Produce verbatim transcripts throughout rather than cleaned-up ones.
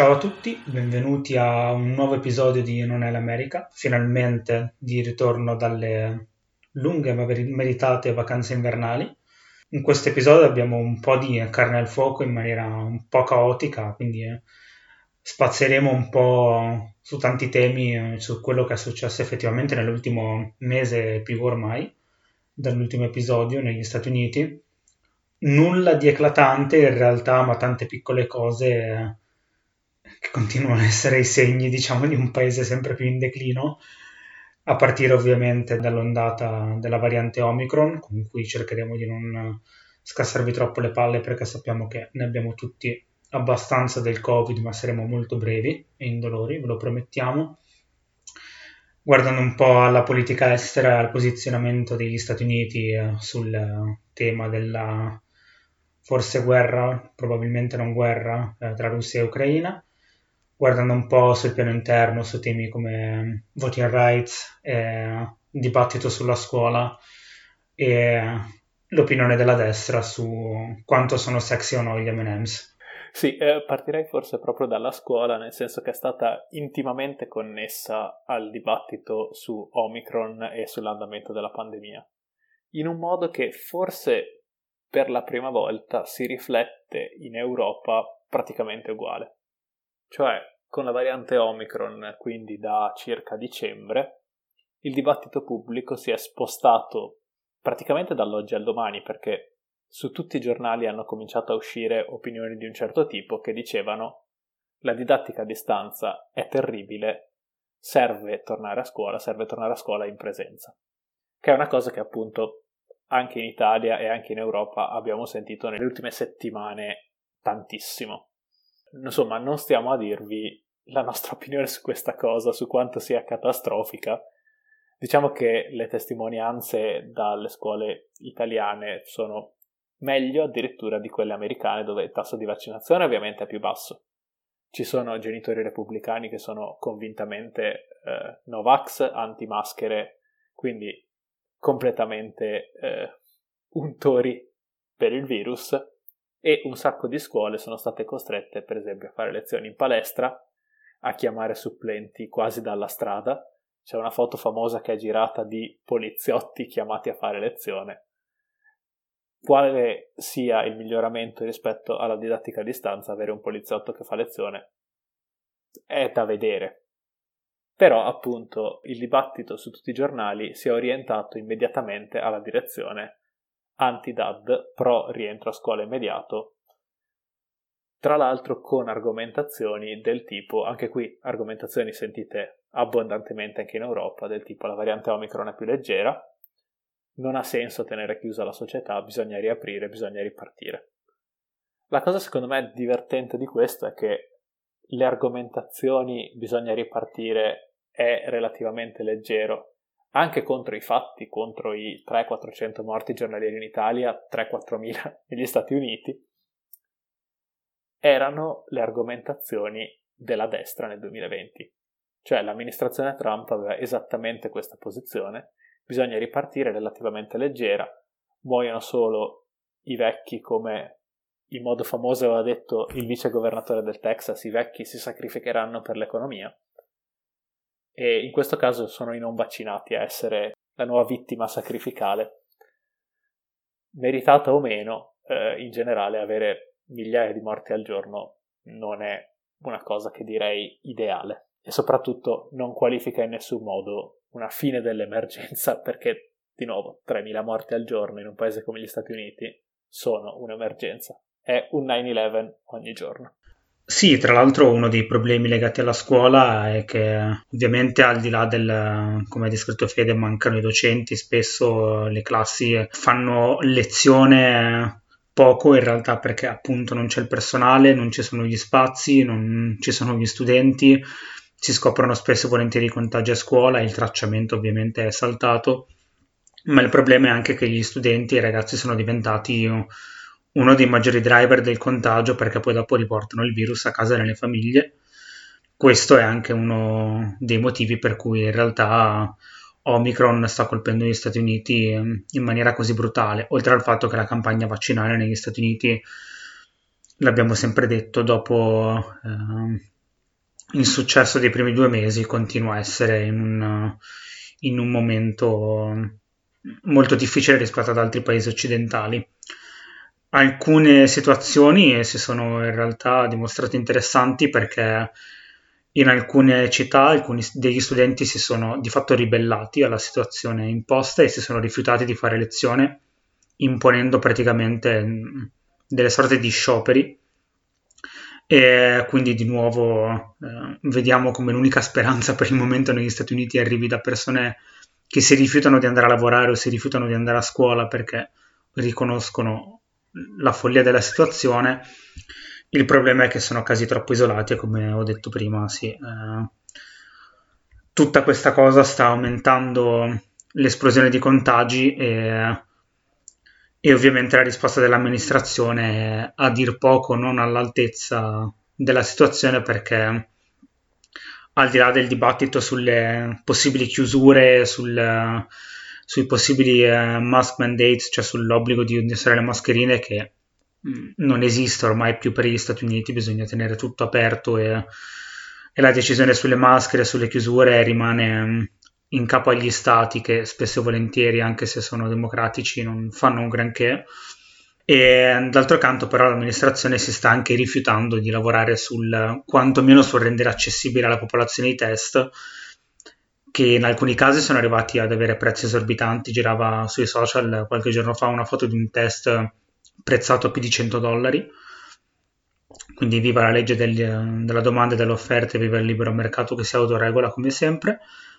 Ciao a tutti, benvenuti a un nuovo episodio di Non è l'America, finalmente di ritorno dalle lunghe ma veri- meritate vacanze invernali. In questo episodio abbiamo un po' di carne al fuoco in maniera un po' caotica, quindi eh, spazieremo un po' su tanti temi, eh, su quello che è successo effettivamente nell'ultimo mese e più ormai, dall'ultimo episodio negli Stati Uniti. Nulla di eclatante in realtà, ma tante piccole cose eh, che continuano a essere i segni, diciamo, di un paese sempre più in declino, a partire ovviamente dall'ondata della variante Omicron, con cui cercheremo di non scassarvi troppo le palle perché sappiamo che ne abbiamo tutti abbastanza del Covid, ma saremo molto brevi e indolori, ve lo promettiamo. Guardando un po' alla politica estera e al posizionamento degli Stati Uniti eh, sul eh, tema della forse guerra, probabilmente non guerra, eh, tra Russia e Ucraina, guardando un po' sul piano interno su temi come voting rights, eh, dibattito sulla scuola e l'opinione della destra su quanto sono sexy o no gli M and M's. Sì, eh, partirei forse proprio dalla scuola, nel senso che è stata intimamente connessa al dibattito su Omicron e sull'andamento della pandemia, in un modo che forse per la prima volta si riflette in Europa praticamente uguale. Cioè, con la variante Omicron, quindi da circa dicembre, il dibattito pubblico si è spostato praticamente dall'oggi al domani, perché su tutti i giornali hanno cominciato a uscire opinioni di un certo tipo che dicevano: la didattica a distanza è terribile, serve tornare a scuola, serve tornare a scuola in presenza. Che è una cosa che appunto anche in Italia e anche in Europa abbiamo sentito nelle ultime settimane tantissimo. Insomma, non stiamo a dirvi la nostra opinione su questa cosa, su quanto sia catastrofica. Diciamo che le testimonianze dalle scuole italiane sono meglio addirittura di quelle americane, dove il tasso di vaccinazione ovviamente è più basso. Ci sono genitori repubblicani che sono convintamente eh, Novax, anti-maschere, quindi completamente eh, untori per il virus, e un sacco di scuole sono state costrette, per esempio, a fare lezioni in palestra, a chiamare supplenti quasi dalla strada. C'è una foto famosa che è girata di poliziotti chiamati a fare lezione. Quale sia il miglioramento rispetto alla didattica a distanza, avere un poliziotto che fa lezione è da vedere. Però appunto il dibattito su tutti i giornali si è orientato immediatamente alla direzione anti-D A D, pro rientro a scuola immediato, tra l'altro con argomentazioni del tipo, anche qui argomentazioni sentite abbondantemente anche in Europa, del tipo: la variante Omicron è più leggera, non ha senso tenere chiusa la società, bisogna riaprire, bisogna ripartire. La cosa secondo me divertente di questo è che le argomentazioni bisogna ripartire è relativamente leggero, anche contro i fatti, contro i trecento-quattrocento morti giornalieri in Italia, tre-quattromila negli Stati Uniti, erano le argomentazioni della destra nel duemilaventi. Cioè l'amministrazione Trump aveva esattamente questa posizione: bisogna ripartire relativamente leggera, muoiono solo i vecchi, come in modo famoso aveva detto il vice governatore del Texas, i vecchi si sacrificheranno per l'economia. E in questo caso sono i non vaccinati a essere la nuova vittima sacrificale. Meritata o meno, eh, in generale avere migliaia di morti al giorno non è una cosa che direi ideale, e soprattutto non qualifica in nessun modo una fine dell'emergenza, perché di nuovo tremila morti al giorno in un paese come gli Stati Uniti sono un'emergenza, è un nine eleven ogni giorno. Sì, tra l'altro uno dei problemi legati alla scuola è che ovviamente al di là del, come ha descritto Fede, mancano i docenti, spesso le classi fanno lezione poco in realtà perché appunto non c'è il personale, non ci sono gli spazi, non ci sono gli studenti, si scoprono spesso e volentieri i contagi a scuola, il tracciamento ovviamente è saltato, ma il problema è anche che gli studenti e i ragazzi sono diventati uno dei maggiori driver del contagio, perché poi dopo riportano il virus a casa nelle famiglie. Questo è anche uno dei motivi per cui in realtà Omicron sta colpendo gli Stati Uniti in maniera così brutale, oltre al fatto che la campagna vaccinale negli Stati Uniti l'abbiamo sempre detto, dopo eh, il successo dei primi due mesi continua a essere in un, in un momento molto difficile rispetto ad altri paesi occidentali. Alcune situazioni si sono in realtà dimostrate interessanti perché in alcune città alcuni degli studenti si sono di fatto ribellati alla situazione imposta e si sono rifiutati di fare lezione, imponendo praticamente delle sorte di scioperi. E quindi di nuovo eh, vediamo come l'unica speranza per il momento negli Stati Uniti arrivi da persone che si rifiutano di andare a lavorare o si rifiutano di andare a scuola perché riconoscono la follia della situazione. Il problema è che sono casi troppo isolati e, come ho detto prima, sì, eh, tutta questa cosa sta aumentando l'esplosione di contagi e, e ovviamente la risposta dell'amministrazione è a dir poco non all'altezza della situazione, perché al di là del dibattito sulle possibili chiusure, sul, sui possibili eh, mask mandates, cioè sull'obbligo di indossare le mascherine, che mh, non esiste ormai più per gli Stati Uniti, bisogna tenere tutto aperto e, e la decisione sulle maschere, sulle chiusure rimane mh, in capo agli stati, che spesso e volentieri, anche se sono democratici, non fanno un granché. E d'altro canto però l'amministrazione si sta anche rifiutando di lavorare sul quantomeno sul rendere accessibile alla popolazione i test, che in alcuni casi sono arrivati ad avere prezzi esorbitanti. Girava sui social qualche giorno fa una foto di un test prezzato a più di cento dollari, quindi viva la legge del, della domanda e dell'offerta e viva il libero mercato che si autoregola come sempre.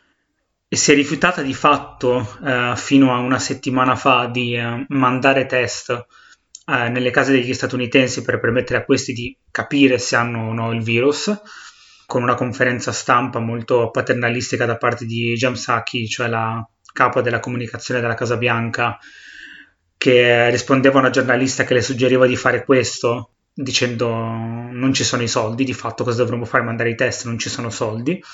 E si è rifiutata di fatto eh, fino a una settimana fa di eh, mandare test eh, nelle case degli statunitensi per permettere a questi di capire se hanno o no il virus, con una conferenza stampa molto paternalistica da parte di Jen Psaki, cioè la capo della comunicazione della Casa Bianca, che rispondeva a una giornalista che le suggeriva di fare questo, dicendo non ci sono i soldi, di fatto cosa dovremmo fare? Mandare i test, non ci sono soldi,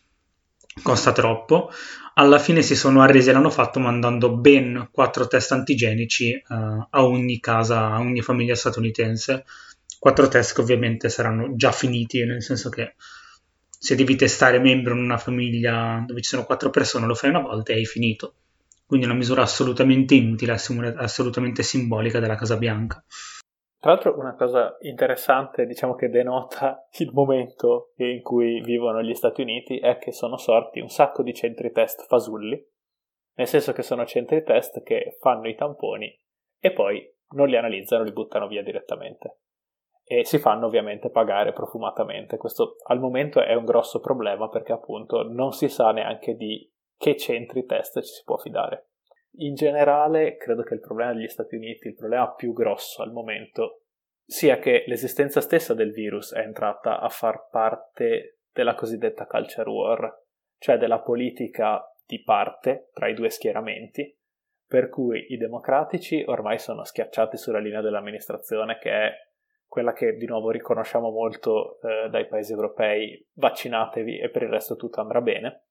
costa troppo. Alla fine si sono arresi e l'hanno fatto mandando ben quattro test antigenici eh, a ogni casa, a ogni famiglia statunitense. Quattro test che ovviamente saranno già finiti, nel senso che se devi testare membro in una famiglia dove ci sono quattro persone, lo fai una volta e hai finito. Quindi è una misura assolutamente inutile, assolutamente simbolica della Casa Bianca. Tra l'altro una cosa interessante, diciamo che denota il momento in cui vivono gli Stati Uniti, è che sono sorti un sacco di centri test fasulli, nel senso che sono centri test che fanno i tamponi e poi non li analizzano, li buttano via direttamente. E si fanno ovviamente pagare profumatamente. Questo al momento è un grosso problema perché appunto non si sa neanche di che centri test ci si può fidare. In generale credo che il problema degli Stati Uniti, il problema più grosso al momento, sia che l'esistenza stessa del virus è entrata a far parte della cosiddetta culture war, cioè della politica di parte tra i due schieramenti, per cui i democratici ormai sono schiacciati sulla linea dell'amministrazione, che è quella che di nuovo riconosciamo molto eh, dai paesi europei: vaccinatevi e per il resto tutto andrà bene,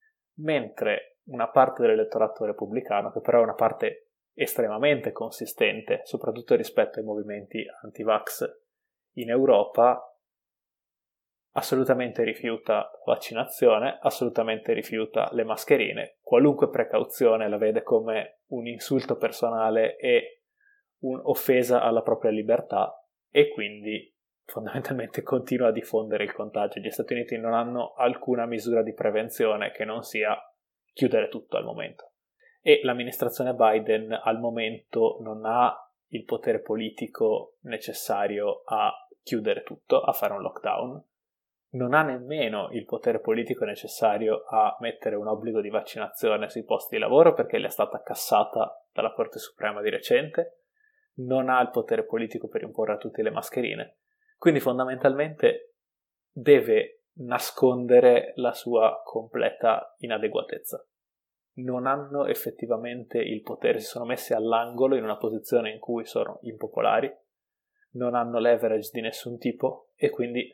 mentre una parte dell'elettorato repubblicano, che però è una parte estremamente consistente, soprattutto rispetto ai movimenti anti-vax in Europa, assolutamente rifiuta la vaccinazione, assolutamente rifiuta le mascherine, qualunque precauzione la vede come un insulto personale e un'offesa alla propria libertà, e quindi fondamentalmente continua a diffondere il contagio. Gli Stati Uniti non hanno alcuna misura di prevenzione che non sia chiudere tutto al momento, e l'amministrazione Biden al momento non ha il potere politico necessario a chiudere tutto, a fare un lockdown, non ha nemmeno il potere politico necessario a mettere un obbligo di vaccinazione sui posti di lavoro perché le è stata cassata dalla Corte Suprema di recente, non ha il potere politico per imporre a tutti le mascherine, quindi fondamentalmente deve nascondere la sua completa inadeguatezza. Non hanno effettivamente il potere, si sono messi all'angolo in una posizione in cui sono impopolari, non hanno leverage di nessun tipo e quindi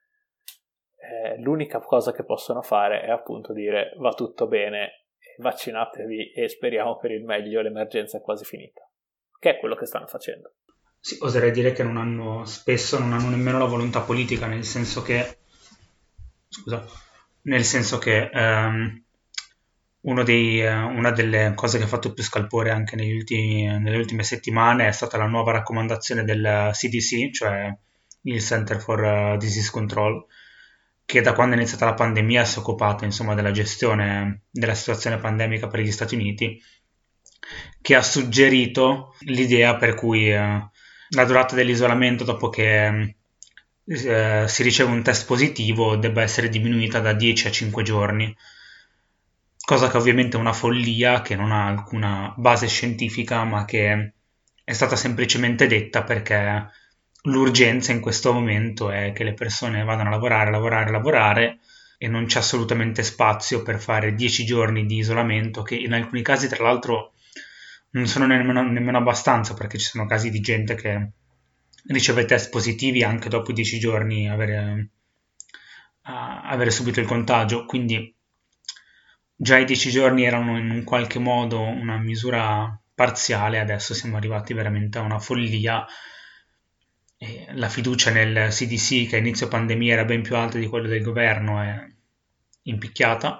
eh, l'unica cosa che possono fare è appunto dire va tutto bene, vaccinatevi e speriamo per il meglio, l'emergenza è quasi finita, che è quello che stanno facendo. Sì, oserei dire che non hanno, spesso non hanno nemmeno la volontà politica, nel senso che, scusa, nel senso che ehm, uno dei, eh, una delle cose che ha fatto più scalpore anche negli ultimi- nelle ultime settimane è stata la nuova raccomandazione del C D C, cioè il Center for eh, Disease Control, che da quando è iniziata la pandemia si è occupato insomma della gestione della situazione pandemica per gli Stati Uniti, che ha suggerito l'idea per cui eh, la durata dell'isolamento dopo che eh, si riceve un test positivo debba essere diminuita da dieci a cinque giorni, cosa che ovviamente è una follia, che non ha alcuna base scientifica, ma che è stata semplicemente detta perché l'urgenza in questo momento è che le persone vadano a lavorare, lavorare, lavorare, e non c'è assolutamente spazio per fare dieci giorni di isolamento, che in alcuni casi tra l'altro non sono nemmeno, nemmeno abbastanza, perché ci sono casi di gente che riceve test positivi anche dopo i dieci giorni avere, a- avere subito il contagio. Quindi già i dieci giorni erano in un qualche modo una misura parziale, adesso siamo arrivati veramente a una follia. E la fiducia nel C D C, che a inizio pandemia era ben più alta di quello del governo, è impicchiata,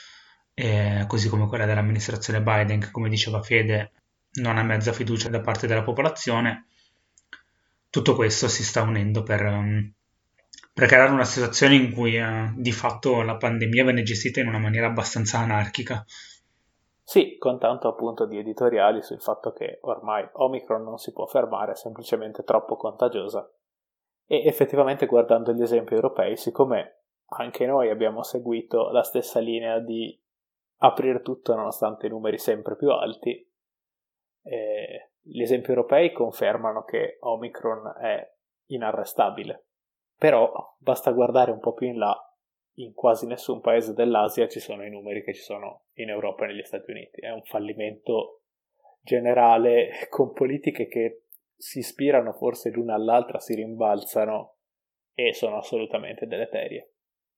e così come quella dell'amministrazione Biden, che come diceva Fede non ha mezza fiducia da parte della popolazione. Tutto questo si sta unendo per, um, per creare una situazione in cui uh, di fatto la pandemia venne gestita in una maniera abbastanza anarchica. Sì, con tanto appunto di editoriali sul fatto che ormai Omicron non si può fermare, è semplicemente troppo contagiosa. E effettivamente guardando gli esempi europei, siccome anche noi abbiamo seguito la stessa linea di aprire tutto nonostante i numeri sempre più alti, eh, gli esempi europei confermano che Omicron è inarrestabile. Però basta guardare un po' più in là, in quasi nessun paese dell'Asia ci sono i numeri che ci sono in Europa e negli Stati Uniti. È un fallimento generale con politiche che si ispirano forse l'una all'altra, si rimbalzano e sono assolutamente deleterie.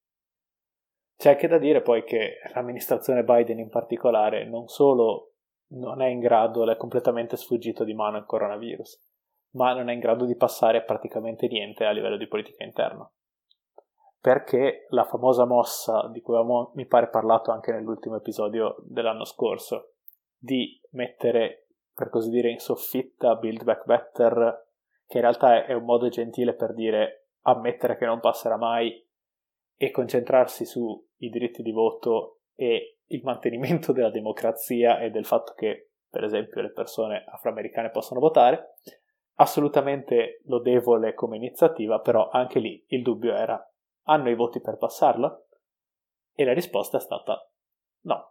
C'è anche da dire poi che l'amministrazione Biden in particolare non solo non è in grado, è completamente sfuggito di mano il coronavirus, ma non è in grado di passare praticamente niente a livello di politica interna. Perché la famosa mossa di cui avevamo, mi pare, parlato anche nell'ultimo episodio dell'anno scorso, di mettere, per così dire, in soffitta Build Back Better, che in realtà è un modo gentile per dire ammettere che non passerà mai e concentrarsi sui diritti di voto e il mantenimento della democrazia e del fatto che, per esempio, le persone afroamericane possano votare, assolutamente lodevole come iniziativa, però anche lì il dubbio era: hanno i voti per passarla? E la risposta è stata no,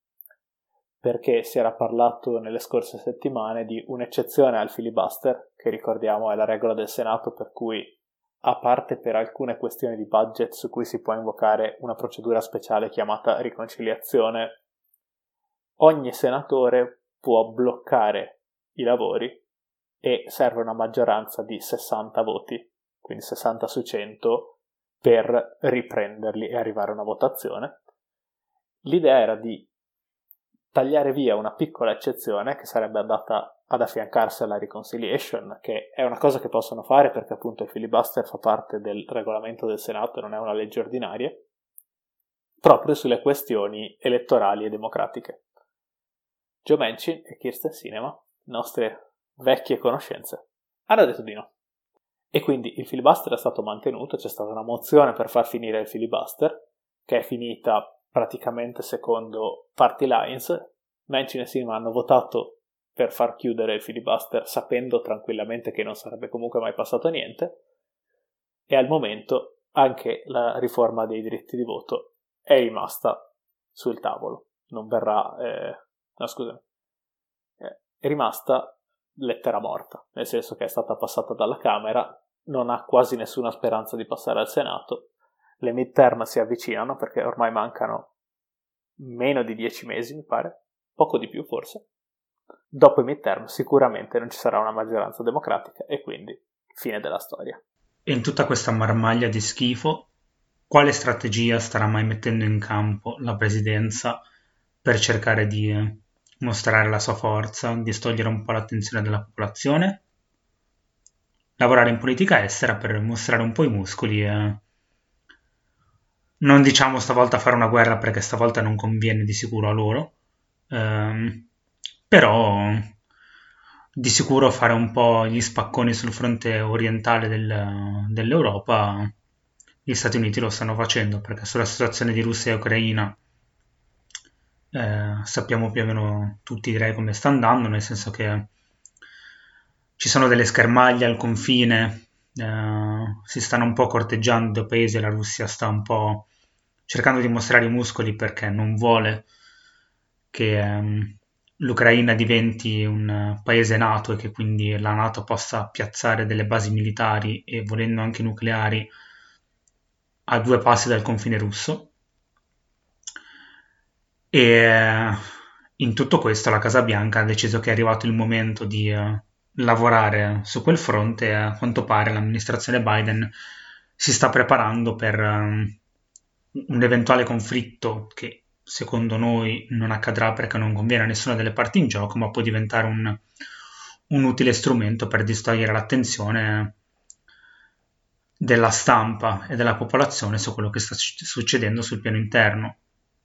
perché si era parlato nelle scorse settimane di un'eccezione al filibuster, che ricordiamo è la regola del Senato per cui, a parte per alcune questioni di budget su cui si può invocare una procedura speciale chiamata riconciliazione, ogni senatore può bloccare i lavori e serve una maggioranza di sessanta voti, quindi sessanta su cento, per riprenderli e arrivare a una votazione. L'idea era di tagliare via una piccola eccezione che sarebbe andata ad affiancarsi alla reconciliation, che è una cosa che possono fare perché appunto il filibuster fa parte del regolamento del Senato e non è una legge ordinaria, proprio sulle questioni elettorali e democratiche. Joe Manchin e Kyrsten Sinema, nostre vecchie conoscenze, hanno detto di no. E quindi il filibuster è stato mantenuto, c'è stata una mozione per far finire il filibuster, che è finita praticamente secondo party lines. Manchin e Sinema hanno votato per far chiudere il filibuster sapendo tranquillamente che non sarebbe comunque mai passato niente, e al momento anche la riforma dei diritti di voto è rimasta sul tavolo, non verrà, eh, no scusami, eh, è rimasta lettera morta, nel senso che è stata passata dalla Camera, non ha quasi nessuna speranza di passare al Senato. Le midterm si avvicinano perché ormai mancano meno di dieci mesi, mi pare, poco di più forse. Dopo i midterm sicuramente non ci sarà una maggioranza democratica e quindi fine della storia. E in tutta questa marmaglia di schifo, quale strategia starà mai mettendo in campo la presidenza per cercare di mostrare la sua forza, di togliere un po' l'attenzione della popolazione? lavorare in politica estera per mostrare un po' i muscoli e non diciamo stavolta fare una guerra perché stavolta non conviene di sicuro a loro, ehm, però di sicuro fare un po' gli spacconi sul fronte orientale del- dell'Europa. Gli Stati Uniti lo stanno facendo perché sulla situazione di Russia e Ucraina eh, sappiamo più o meno tutti, direi, come sta andando, nel senso che ci sono delle schermaglie al confine, eh, si stanno un po' corteggiando due paesi, la Russia sta un po' cercando di mostrare i muscoli perché non vuole che ehm, l'Ucraina diventi un paese NATO e che quindi la NATO possa piazzare delle basi militari e volendo anche nucleari a due passi dal confine russo. E eh, in tutto questo la Casa Bianca ha deciso che è arrivato il momento di eh, lavorare su quel fronte e a quanto pare l'amministrazione Biden si sta preparando per um, un eventuale conflitto che secondo noi non accadrà perché non conviene a nessuna delle parti in gioco, ma può diventare un, un utile strumento per distogliere l'attenzione della stampa e della popolazione su quello che sta succedendo sul piano interno.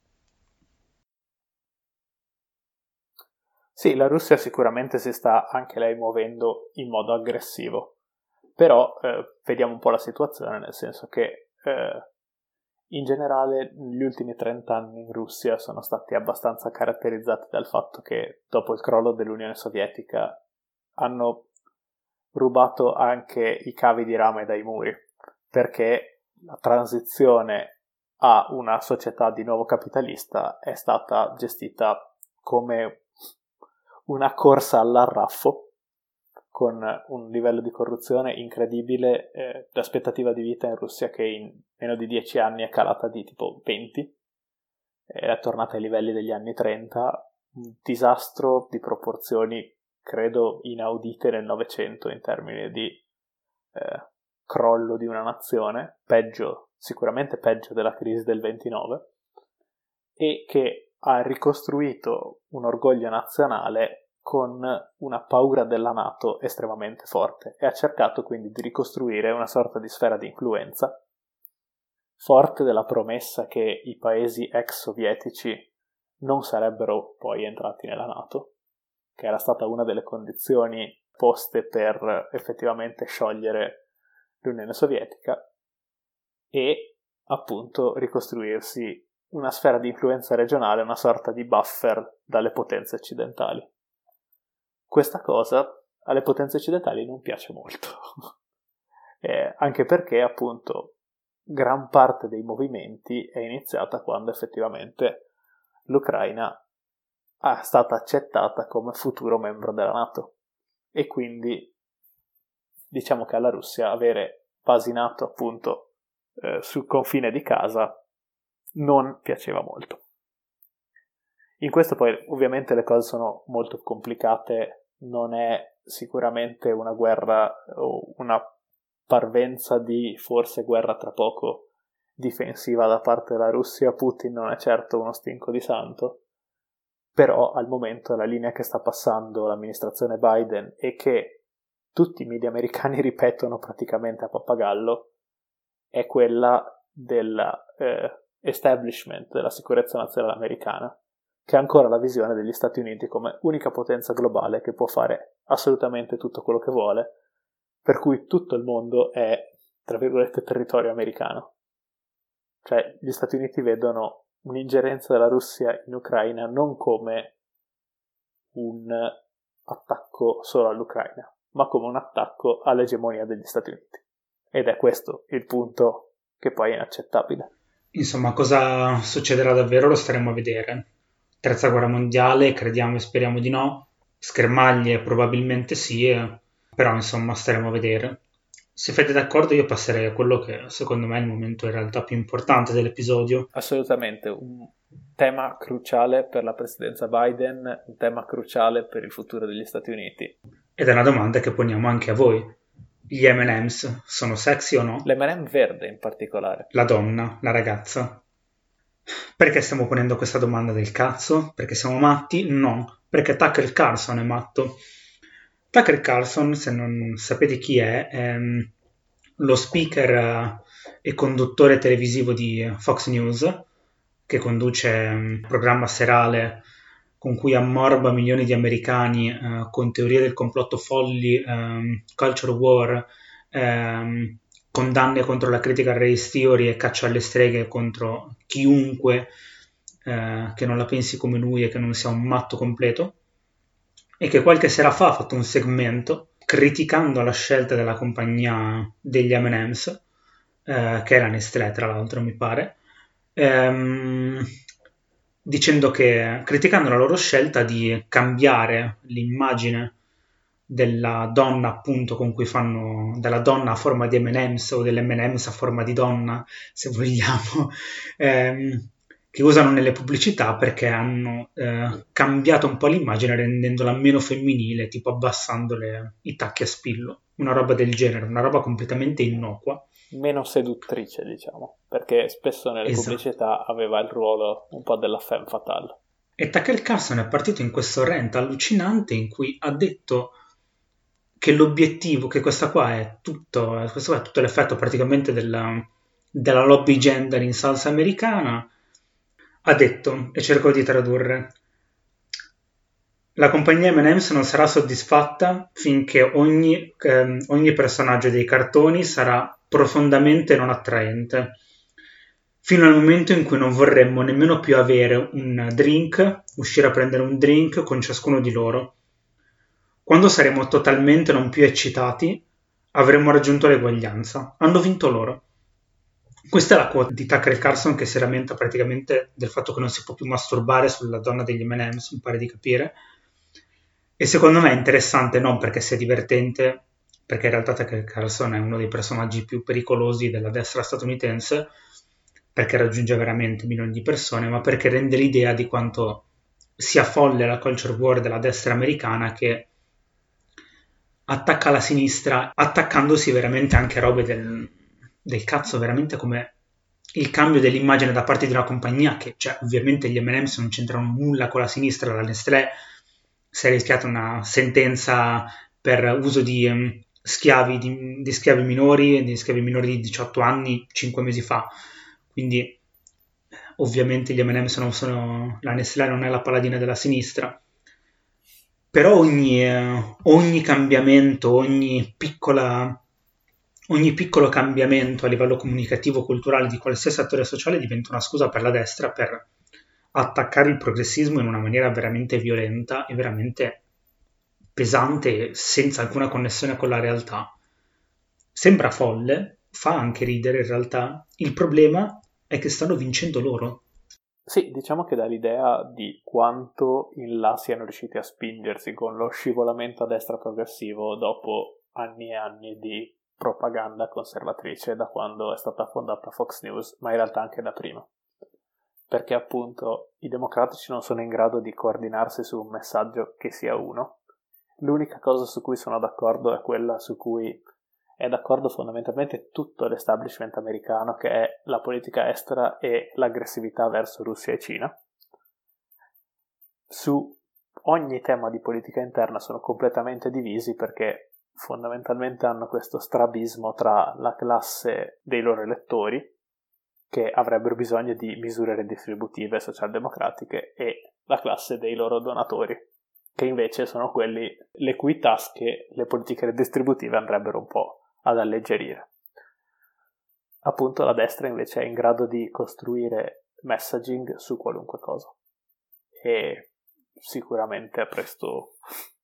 Sì, la Russia sicuramente si sta anche lei muovendo in modo aggressivo, però eh, vediamo un po' la situazione, nel senso che eh, in generale gli ultimi trenta anni in Russia sono stati abbastanza caratterizzati dal fatto che dopo il crollo dell'Unione Sovietica hanno rubato anche i cavi di rame dai muri, perché la transizione a una società di nuovo capitalista è stata gestita come una corsa all'arraffo, con un livello di corruzione incredibile, eh, l'aspettativa di vita in Russia che in meno di dieci anni è calata di tipo venti, è tornata ai livelli degli anni trenta, un disastro di proporzioni credo inaudite nel Novecento in termini di eh, crollo di una nazione, peggio, sicuramente peggio della crisi del ventinove, e che ha ricostruito un orgoglio nazionale con una paura della NATO estremamente forte e ha cercato quindi di ricostruire una sorta di sfera di influenza forte della promessa che i paesi ex sovietici non sarebbero poi entrati nella NATO, che era stata una delle condizioni poste per effettivamente sciogliere l'Unione Sovietica, e appunto ricostruirsi una sfera di influenza regionale, una sorta di buffer dalle potenze occidentali. Questa cosa alle potenze occidentali non piace molto, eh, anche perché appunto gran parte dei movimenti è iniziata quando effettivamente l'Ucraina è stata accettata come futuro membro della NATO, e quindi diciamo che alla Russia avere basi NATO appunto eh, sul confine di casa non piaceva molto. In questo poi ovviamente le cose sono molto complicate, non è sicuramente una guerra o una parvenza di forse guerra tra poco difensiva da parte della Russia. Putin non è certo uno stinco di santo, però al momento la linea che sta passando l'amministrazione Biden e che tutti i media americani ripetono praticamente a pappagallo è quella della eh, establishment della sicurezza nazionale americana, che ha ancora la visione degli Stati Uniti come unica potenza globale che può fare assolutamente tutto quello che vuole, per cui tutto il mondo è, tra virgolette, territorio americano. Cioè gli Stati Uniti vedono un'ingerenza della Russia in Ucraina non come un attacco solo all'Ucraina, ma come un attacco all'egemonia degli Stati Uniti. Ed è questo il punto che poi è inaccettabile. Insomma, cosa succederà davvero lo staremo a vedere. Terza guerra mondiale, crediamo e speriamo di no. Schermaglie probabilmente sì, eh, però insomma staremo a vedere. Se siete d'accordo io passerei a quello che secondo me è il momento in realtà più importante dell'episodio. Assolutamente, un tema cruciale per la presidenza Biden, un tema cruciale per il futuro degli Stati Uniti. Ed è una domanda che poniamo anche a voi. Gli emme and emm's sono sexy o no? L'emme and emme verde in particolare. La donna, la ragazza. Perché stiamo ponendo questa domanda del cazzo? Perché siamo matti? No, perché Tucker Carlson è matto. Tucker Carlson, se non sapete chi è, è lo speaker e conduttore televisivo di Fox News, che conduce un programma serale con cui ammorba milioni di americani eh, con teorie del complotto folli, ehm, culture war, ehm, condanne contro la critical race theory e caccia alle streghe contro chiunque eh, che non la pensi come lui e che non sia un matto completo, e che qualche sera fa ha fatto un segmento criticando la scelta della compagnia degli emme and em's, eh, che è la Nestlé tra l'altro mi pare, ehm, dicendo che, criticando la loro scelta di cambiare l'immagine della donna appunto con cui fanno, della donna a forma di emme and em's o dell'emme and em's a forma di donna se vogliamo, ehm, che usano nelle pubblicità, perché hanno eh, cambiato un po' l'immagine rendendola meno femminile, tipo abbassandole i tacchi a spillo, una roba del genere, una roba completamente innocua. Meno seduttrice, diciamo, perché spesso nelle esatto. pubblicità aveva il ruolo un po' della femme fatale. E Tucker Carlson è partito in questo rant allucinante in cui ha detto che l'obiettivo, che questa qua è tutto, questo qua è tutto l'effetto praticamente della, della lobby gender in salsa americana. Ha detto, e cerco di tradurre: la compagnia emme and em's non sarà soddisfatta finché ogni, eh, ogni personaggio dei cartoni sarà profondamente non attraente, fino al momento in cui non vorremmo nemmeno più avere un drink, uscire a prendere un drink con ciascuno di loro. Quando saremo totalmente non più eccitati, avremo raggiunto l'eguaglianza. Hanno vinto loro. Questa è la quote di Tucker Carlson, che si lamenta praticamente del fatto che non si può più masturbare sulla donna degli emme and em's, mi pare di capire. E secondo me è interessante non perché sia divertente, perché in realtà Tucker Carlson è uno dei personaggi più pericolosi della destra statunitense, perché raggiunge veramente milioni di persone, ma perché rende l'idea di quanto sia folle la culture war della destra americana, che attacca la sinistra, attaccandosi veramente anche a robe del, del cazzo, veramente come il cambio dell'immagine da parte di una compagnia che, cioè, ovviamente gli emme and em's non c'entrano nulla con la sinistra. La Nestlé si è rischiata una sentenza per uso di um, schiavi, di, di schiavi minori, di schiavi minori di diciotto anni, cinque mesi fa. Quindi ovviamente gli emme and em's non sono, la Nestlé non è la paladina della sinistra. Però ogni, eh, ogni cambiamento, ogni piccola, ogni piccolo cambiamento a livello comunicativo, culturale di qualsiasi attore sociale diventa una scusa per la destra per attaccare il progressismo in una maniera veramente violenta e veramente pesante, senza alcuna connessione con la realtà. Sembra folle, fa anche ridere in realtà. Il problema è che stanno vincendo loro. Sì, diciamo che dà l'idea di quanto in là siano riusciti a spingersi con lo scivolamento a destra progressivo dopo anni e anni di propaganda conservatrice da quando è stata fondata Fox News, ma in realtà anche da prima. Perché appunto i democratici non sono in grado di coordinarsi su un messaggio che sia uno. L'unica cosa su cui sono d'accordo è quella su cui è d'accordo fondamentalmente tutto l'establishment americano, che è la politica estera e l'aggressività verso Russia e Cina. Su ogni tema di politica interna sono completamente divisi, perché fondamentalmente hanno questo strabismo tra la classe dei loro elettori, che avrebbero bisogno di misure redistributive socialdemocratiche, e la classe dei loro donatori, che invece sono quelli le cui tasche le politiche redistributive andrebbero un po' ad alleggerire. Appunto la destra invece è in grado di costruire messaging su qualunque cosa, e sicuramente presto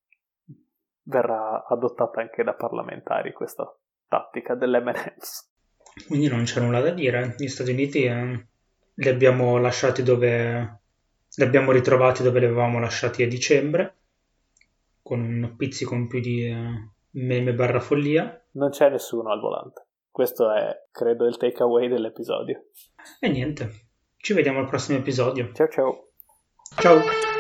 verrà adottata anche da parlamentari questa tattica dell'emme and em's. Quindi non c'è nulla da dire. Gli Stati Uniti eh, li abbiamo lasciati dove li abbiamo ritrovati dove li avevamo lasciati a dicembre, con un pizzico in più di eh, meme barra follia. Non c'è nessuno al volante. Questo è, credo, il takeaway dell'episodio. E niente, ci vediamo al prossimo episodio. Ciao ciao. Ciao.